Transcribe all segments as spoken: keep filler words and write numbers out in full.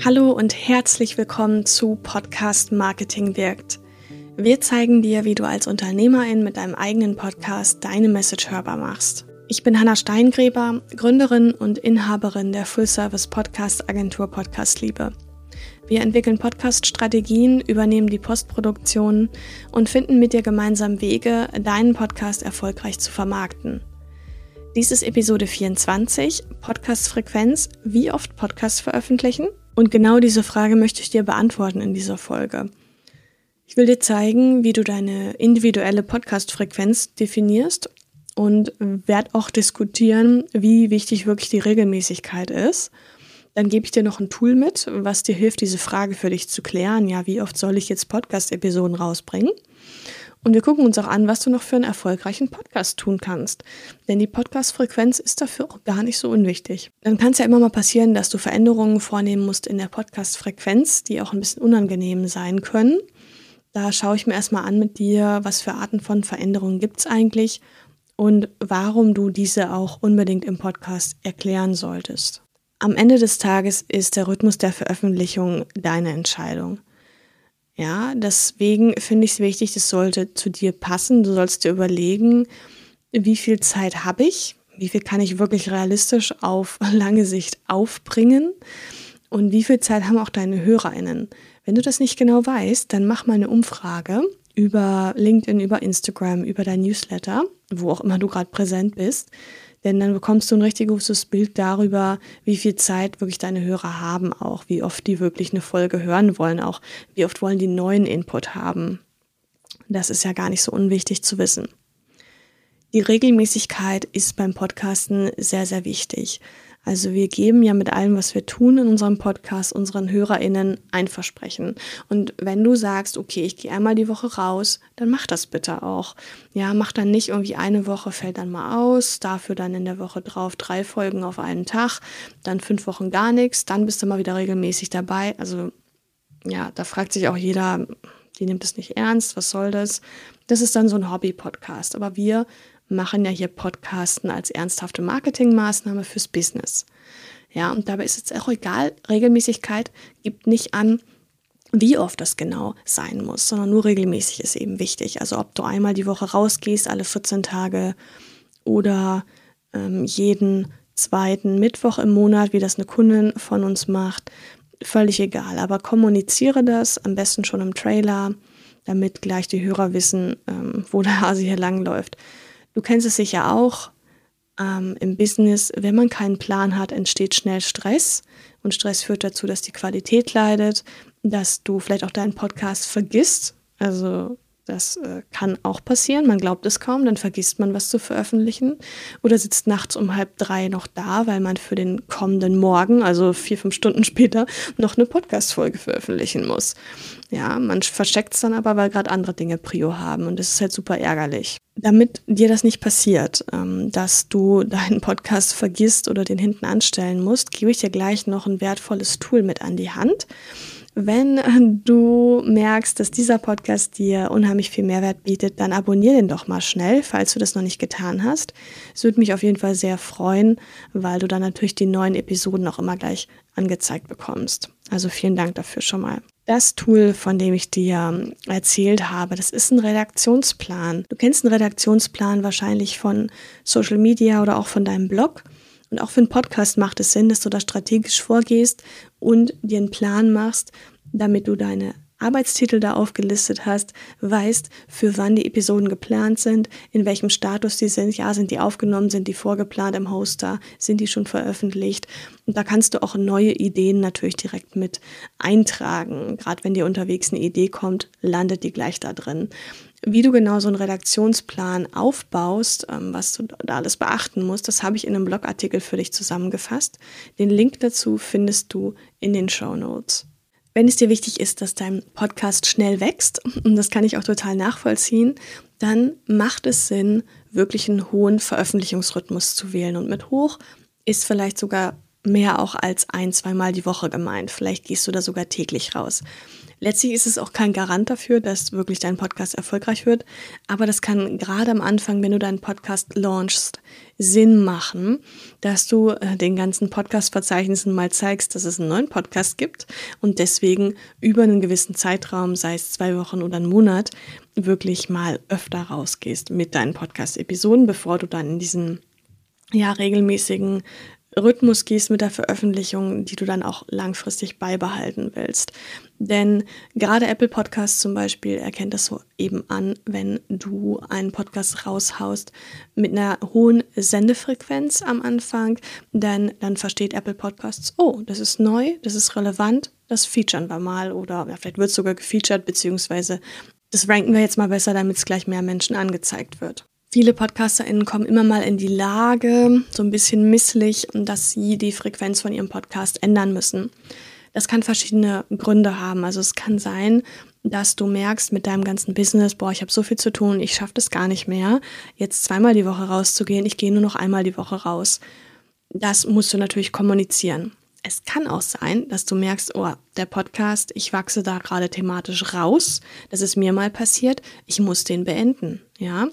Hallo und herzlich willkommen zu Podcast Marketing wirkt. Wir zeigen dir, wie du als Unternehmerin mit deinem eigenen Podcast deine Message hörbar machst. Ich bin Hanna Steingräber, Gründerin und Inhaberin der Full-Service-Podcast-Agentur Podcastliebe. Wir entwickeln Podcast-Strategien, übernehmen die Postproduktion und finden mit dir gemeinsam Wege, deinen Podcast erfolgreich zu vermarkten. Dies ist Episode vierundzwanzig, Podcast-Frequenz, wie oft Podcasts veröffentlichen? Und genau diese Frage möchte ich dir beantworten in dieser Folge. Ich will dir zeigen, wie du deine individuelle Podcast-Frequenz definierst und werde auch diskutieren, wie wichtig wirklich die Regelmäßigkeit ist. Dann gebe ich dir noch ein Tool mit, was dir hilft, diese Frage für dich zu klären. Ja, wie oft soll ich jetzt Podcast-Episoden rausbringen? Und wir gucken uns auch an, was du noch für einen erfolgreichen Podcast tun kannst. Denn die Podcast-Frequenz ist dafür auch gar nicht so unwichtig. Dann kann es ja immer mal passieren, dass du Veränderungen vornehmen musst in der Podcast-Frequenz, die auch ein bisschen unangenehm sein können. Da schaue ich mir erstmal an mit dir, was für Arten von Veränderungen gibt es eigentlich und warum du diese auch unbedingt im Podcast erklären solltest. Am Ende des Tages ist der Rhythmus der Veröffentlichung deine Entscheidung. Ja, deswegen finde ich es wichtig, das sollte zu dir passen. Du sollst dir überlegen, wie viel Zeit habe ich, wie viel kann ich wirklich realistisch auf lange Sicht aufbringen und wie viel Zeit haben auch deine HörerInnen. Wenn du das nicht genau weißt, dann mach mal eine Umfrage über LinkedIn, über Instagram, über dein Newsletter, wo auch immer du gerade präsent bist. Denn dann bekommst du ein richtig gutes Bild darüber, wie viel Zeit wirklich deine Hörer haben auch, wie oft die wirklich eine Folge hören wollen, auch wie oft wollen die neuen Input haben. Das ist ja gar nicht so unwichtig zu wissen. Die Regelmäßigkeit ist beim Podcasten sehr, sehr wichtig. Also wir geben ja mit allem, was wir tun in unserem Podcast, unseren HörerInnen ein Versprechen. Und wenn du sagst, okay, ich gehe einmal die Woche raus, dann mach das bitte auch. Ja, mach dann nicht irgendwie eine Woche, fällt dann mal aus, dafür dann in der Woche drauf drei Folgen auf einen Tag, dann fünf Wochen gar nichts, dann bist du mal wieder regelmäßig dabei. Also ja, da fragt sich auch jeder, die nimmt es nicht ernst, was soll das? Das ist dann so ein Hobby-Podcast. Aber wir machen ja hier Podcasten als ernsthafte Marketingmaßnahme fürs Business. Ja, und dabei ist es auch egal, Regelmäßigkeit gibt nicht an, wie oft das genau sein muss, sondern nur regelmäßig ist eben wichtig. Also ob du einmal die Woche rausgehst, alle vierzehn Tage oder ähm, jeden zweiten Mittwoch im Monat, wie das eine Kundin von uns macht, völlig egal. Aber kommuniziere das am besten schon im Trailer, damit gleich die Hörer wissen, ähm, wo der Hase hier langläuft. Du kennst es sicher auch, ähm, im Business, wenn man keinen Plan hat, entsteht schnell Stress. Und Stress führt dazu, dass die Qualität leidet, dass du vielleicht auch deinen Podcast vergisst. Also das äh, kann auch passieren, man glaubt es kaum, dann vergisst man was zu veröffentlichen. Oder sitzt nachts um halb drei noch da, weil man für den kommenden Morgen, also vier, fünf Stunden später, noch eine Podcast-Folge veröffentlichen muss. Ja, man versteckt es dann aber, weil gerade andere Dinge Prio haben und das ist halt super ärgerlich. Damit dir das nicht passiert, ähm, dass du deinen Podcast vergisst oder den hinten anstellen musst, gebe ich dir gleich noch ein wertvolles Tool mit an die Hand. Wenn du merkst, dass dieser Podcast dir unheimlich viel Mehrwert bietet, dann abonniere den doch mal schnell, falls du das noch nicht getan hast. Es würde mich auf jeden Fall sehr freuen, weil du dann natürlich die neuen Episoden auch immer gleich angezeigt bekommst. Also vielen Dank dafür schon mal. Das Tool, von dem ich dir erzählt habe, das ist ein Redaktionsplan. Du kennst einen Redaktionsplan wahrscheinlich von Social Media oder auch von deinem Blog. Und auch für einen Podcast macht es Sinn, dass du da strategisch vorgehst und dir einen Plan machst, damit du deine Arbeitstitel da aufgelistet hast, weißt, für wann die Episoden geplant sind, in welchem Status die sind. Ja, sind die aufgenommen, sind die vorgeplant im Hoster, sind die schon veröffentlicht? Und da kannst du auch neue Ideen natürlich direkt mit eintragen. Gerade wenn dir unterwegs eine Idee kommt, landet die gleich da drin. Wie du genau so einen Redaktionsplan aufbaust, was du da alles beachten musst, das habe ich in einem Blogartikel für dich zusammengefasst. Den Link dazu findest du in den Shownotes. Wenn es dir wichtig ist, dass dein Podcast schnell wächst, und das kann ich auch total nachvollziehen, dann macht es Sinn, wirklich einen hohen Veröffentlichungsrhythmus zu wählen. Und mit hoch ist vielleicht sogar mehr auch als ein-, zweimal die Woche gemeint. Vielleicht gehst du da sogar täglich raus. Letztlich ist es auch kein Garant dafür, dass wirklich dein Podcast erfolgreich wird, aber das kann gerade am Anfang, wenn du deinen Podcast launchst, Sinn machen, dass du äh, den ganzen Podcast-Verzeichnissen mal zeigst, dass es einen neuen Podcast gibt und deswegen über einen gewissen Zeitraum, sei es zwei Wochen oder einen Monat, wirklich mal öfter rausgehst mit deinen Podcast-Episoden, bevor du dann in diesen ja regelmäßigen Rhythmus gehst mit der Veröffentlichung, die du dann auch langfristig beibehalten willst. Denn gerade Apple Podcasts zum Beispiel erkennt das so eben an, wenn du einen Podcast raushaust mit einer hohen Sendefrequenz am Anfang, denn dann versteht Apple Podcasts, oh, das ist neu, das ist relevant, das featuren wir mal oder ja, vielleicht wird es sogar gefeatured, beziehungsweise das ranken wir jetzt mal besser, damit es gleich mehr Menschen angezeigt wird. Viele PodcasterInnen kommen immer mal in die Lage, so ein bisschen misslich, dass sie die Frequenz von ihrem Podcast ändern müssen. Das kann verschiedene Gründe haben. Also es kann sein, dass du merkst mit deinem ganzen Business, boah, ich habe so viel zu tun, ich schaffe das gar nicht mehr, jetzt zweimal die Woche rauszugehen, ich gehe nur noch einmal die Woche raus. Das musst du natürlich kommunizieren. Es kann auch sein, dass du merkst, oh, der Podcast, ich wachse da gerade thematisch raus, das ist mir mal passiert, ich muss den beenden, ja.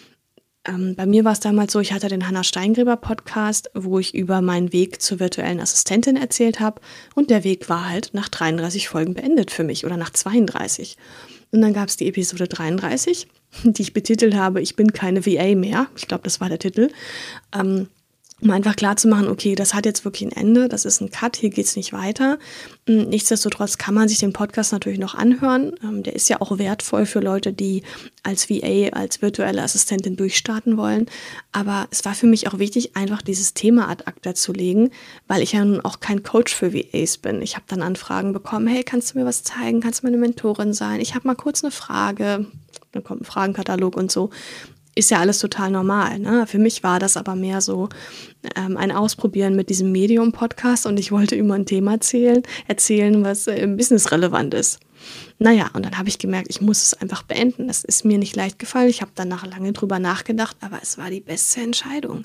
Ähm, bei mir war es damals so, ich hatte den Hannah Steingräber Podcast, wo ich über meinen Weg zur virtuellen Assistentin erzählt habe und der Weg war halt nach dreiunddreißig Folgen beendet für mich oder nach zweiunddreißig. Und dann gab es die Episode dreiunddreißig, die ich betitelt habe, ich bin keine V A mehr, ich glaube, das war der Titel, ähm, um einfach klarzumachen, okay, das hat jetzt wirklich ein Ende, das ist ein Cut, hier geht's nicht weiter. Nichtsdestotrotz kann man sich den Podcast natürlich noch anhören. Der ist ja auch wertvoll für Leute, die als V A, als virtuelle Assistentin durchstarten wollen. Aber es war für mich auch wichtig, einfach dieses Thema ad acta zu legen, weil ich ja nun auch kein Coach für V As bin. Ich habe dann Anfragen bekommen, hey, kannst du mir was zeigen, kannst du meine Mentorin sein? Ich habe mal kurz eine Frage, dann kommt ein Fragenkatalog und so. Ist ja alles total normal, ne? Für mich war das aber mehr so ähm, ein Ausprobieren mit diesem Medium-Podcast und ich wollte über ein Thema erzählen, erzählen, was äh, businessrelevant ist. Naja, und dann habe ich gemerkt, ich muss es einfach beenden. Das ist mir nicht leicht gefallen. Ich habe danach lange drüber nachgedacht, aber es war die beste Entscheidung.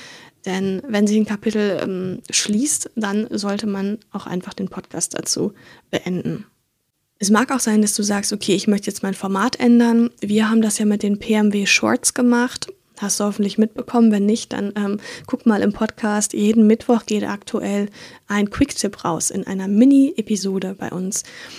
Denn wenn sich ein Kapitel ähm, schließt, dann sollte man auch einfach den Podcast dazu beenden. Es mag auch sein, dass du sagst, okay, ich möchte jetzt mein Format ändern. Wir haben das ja mit den P M W Shorts gemacht. Hast du hoffentlich mitbekommen. Wenn nicht, dann ähm, guck mal im Podcast. Jeden Mittwoch geht aktuell ein Quick-Tipp raus in einer Mini-Episode bei uns.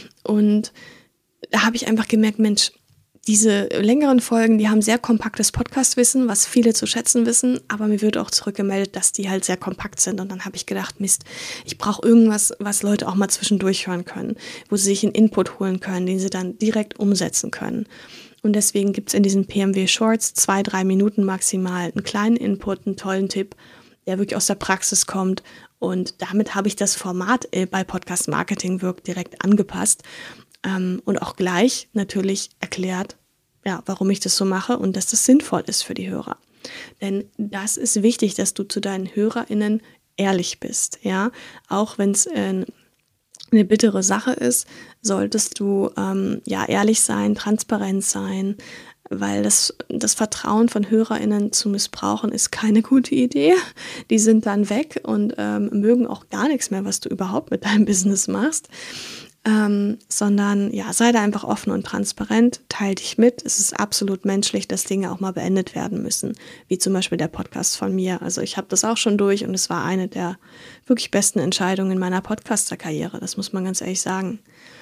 Und da habe ich einfach gemerkt, Mensch, diese längeren Folgen, die haben sehr kompaktes Podcast-Wissen, was viele zu schätzen wissen, aber mir wird auch zurückgemeldet, dass die halt sehr kompakt sind. Und dann habe ich gedacht, Mist, ich brauche irgendwas, was Leute auch mal zwischendurch hören können, wo sie sich einen Input holen können, den sie dann direkt umsetzen können. Und deswegen gibt es in diesen P M W Shorts zwei, drei Minuten maximal einen kleinen Input, einen tollen Tipp, der wirklich aus der Praxis kommt. Und damit habe ich das Format bei Podcast Marketing Wirkt direkt angepasst. Und auch gleich natürlich erklärt, ja, warum ich das so mache und dass das sinnvoll ist für die Hörer. Denn das ist wichtig, dass du zu deinen HörerInnen ehrlich bist. Ja? Auch wenn es äh, eine bittere Sache ist, solltest du ähm, ja ehrlich sein, transparent sein, weil das, das Vertrauen von HörerInnen zu missbrauchen ist keine gute Idee. Die sind dann weg und ähm, mögen auch gar nichts mehr, was du überhaupt mit deinem Business machst. Ähm, sondern ja, sei da einfach offen und transparent, teil dich mit. Es ist absolut menschlich, dass Dinge auch mal beendet werden müssen, wie zum Beispiel der Podcast von mir. Also ich habe das auch schon durch und es war eine der wirklich besten Entscheidungen in meiner Podcaster-Karriere, das muss man ganz ehrlich sagen.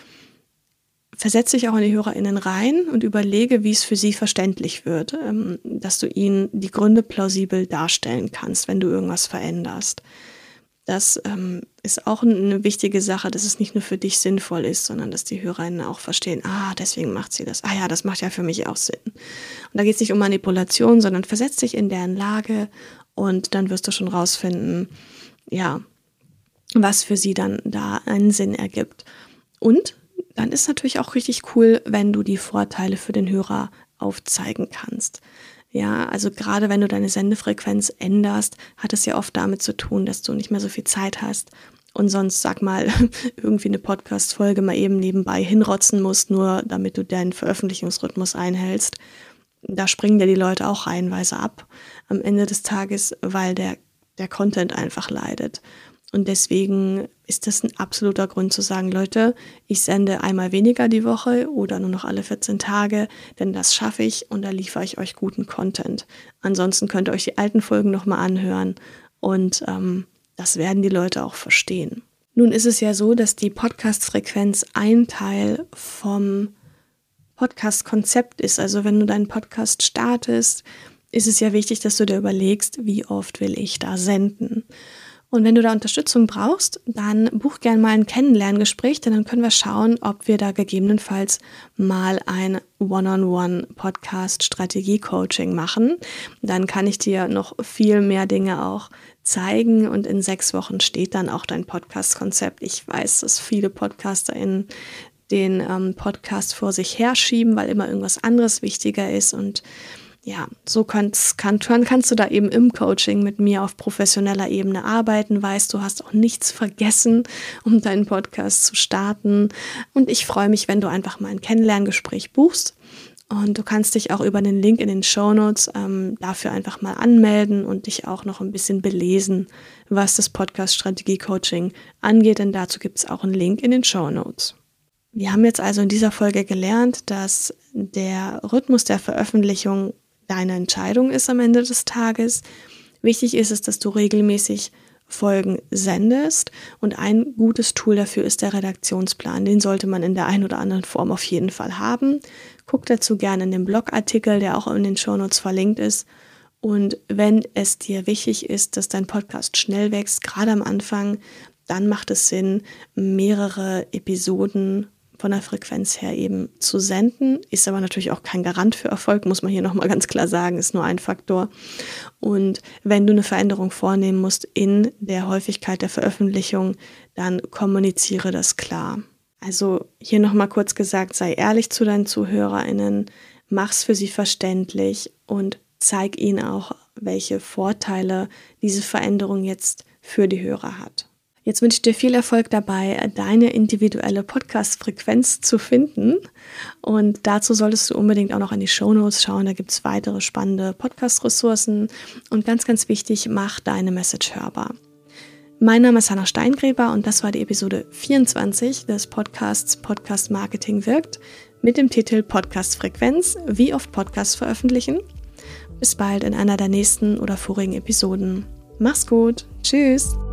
Versetz dich auch in die HörerInnen rein und überlege, wie es für sie verständlich wird, ähm, dass du ihnen die Gründe plausibel darstellen kannst, wenn du irgendwas veränderst. Das ähm, ist auch eine wichtige Sache, dass es nicht nur für dich sinnvoll ist, sondern dass die HörerInnen auch verstehen, ah, deswegen macht sie das. Ah ja, das macht ja für mich auch Sinn. Und da geht es nicht um Manipulation, sondern versetz dich in deren Lage und dann wirst du schon rausfinden, ja, was für sie dann da einen Sinn ergibt. Und dann ist natürlich auch richtig cool, wenn du die Vorteile für den Hörer aufzeigen kannst. Ja, also gerade wenn du deine Sendefrequenz änderst, hat es ja oft damit zu tun, dass du nicht mehr so viel Zeit hast und sonst, sag mal, irgendwie eine Podcast-Folge mal eben nebenbei hinrotzen musst, nur damit du deinen Veröffentlichungsrhythmus einhältst. Da springen dir die Leute auch reihenweise ab am Ende des Tages, weil der, der Content einfach leidet. Und deswegen ist das ein absoluter Grund zu sagen, Leute, ich sende einmal weniger die Woche oder nur noch alle vierzehn Tage, denn das schaffe ich und da liefere ich euch guten Content. Ansonsten könnt ihr euch die alten Folgen nochmal anhören und ähm, das werden die Leute auch verstehen. Nun ist es ja so, dass die Podcast-Frequenz ein Teil vom Podcast-Konzept ist. Also wenn du deinen Podcast startest, ist es ja wichtig, dass du dir überlegst, wie oft will ich da senden. Und wenn du da Unterstützung brauchst, dann buch gerne mal ein Kennenlerngespräch, denn dann können wir schauen, ob wir da gegebenenfalls mal ein One-on-One-Podcast-Strategie-Coaching machen. Dann kann ich dir noch viel mehr Dinge auch zeigen und in sechs Wochen steht dann auch dein Podcast-Konzept. Ich weiß, dass viele PodcasterInnen den ähm, Podcast vor sich herschieben, weil immer irgendwas anderes wichtiger ist und ja, so kannst, kann, kannst du da eben im Coaching mit mir auf professioneller Ebene arbeiten, weißt, du hast auch nichts vergessen, um deinen Podcast zu starten. Und ich freue mich, wenn du einfach mal ein Kennenlerngespräch buchst. Und du kannst dich auch über den Link in den Shownotes ähm, dafür einfach mal anmelden und dich auch noch ein bisschen belesen, was das Podcast-Strategie-Coaching angeht, denn dazu gibt es auch einen Link in den Shownotes. Wir haben jetzt also in dieser Folge gelernt, dass der Rhythmus der Veröffentlichung deine Entscheidung ist am Ende des Tages. Wichtig ist es, dass du regelmäßig Folgen sendest und ein gutes Tool dafür ist der Redaktionsplan. Den sollte man in der einen oder anderen Form auf jeden Fall haben. Guck dazu gerne in den Blogartikel, der auch in den Shownotes verlinkt ist. Und wenn es dir wichtig ist, dass dein Podcast schnell wächst, gerade am Anfang, dann macht es Sinn, mehrere Episoden von der Frequenz her eben zu senden, ist aber natürlich auch kein Garant für Erfolg, muss man hier nochmal ganz klar sagen, ist nur ein Faktor. Und wenn du eine Veränderung vornehmen musst in der Häufigkeit der Veröffentlichung, dann kommuniziere das klar. Also hier nochmal kurz gesagt, sei ehrlich zu deinen ZuhörerInnen, mach's für sie verständlich und zeig ihnen auch, welche Vorteile diese Veränderung jetzt für die Hörer hat. Jetzt wünsche ich dir viel Erfolg dabei, deine individuelle Podcast-Frequenz zu finden. Und dazu solltest du unbedingt auch noch in die Shownotes schauen. Da gibt es weitere spannende Podcast-Ressourcen. Und ganz, ganz wichtig, mach deine Message hörbar. Mein Name ist Hannah Steingräber und das war die Episode vierundzwanzig des Podcasts Podcast Marketing wirkt mit dem Titel Podcast-Frequenz, wie oft Podcasts veröffentlichen. Bis bald in einer der nächsten oder vorigen Episoden. Mach's gut. Tschüss.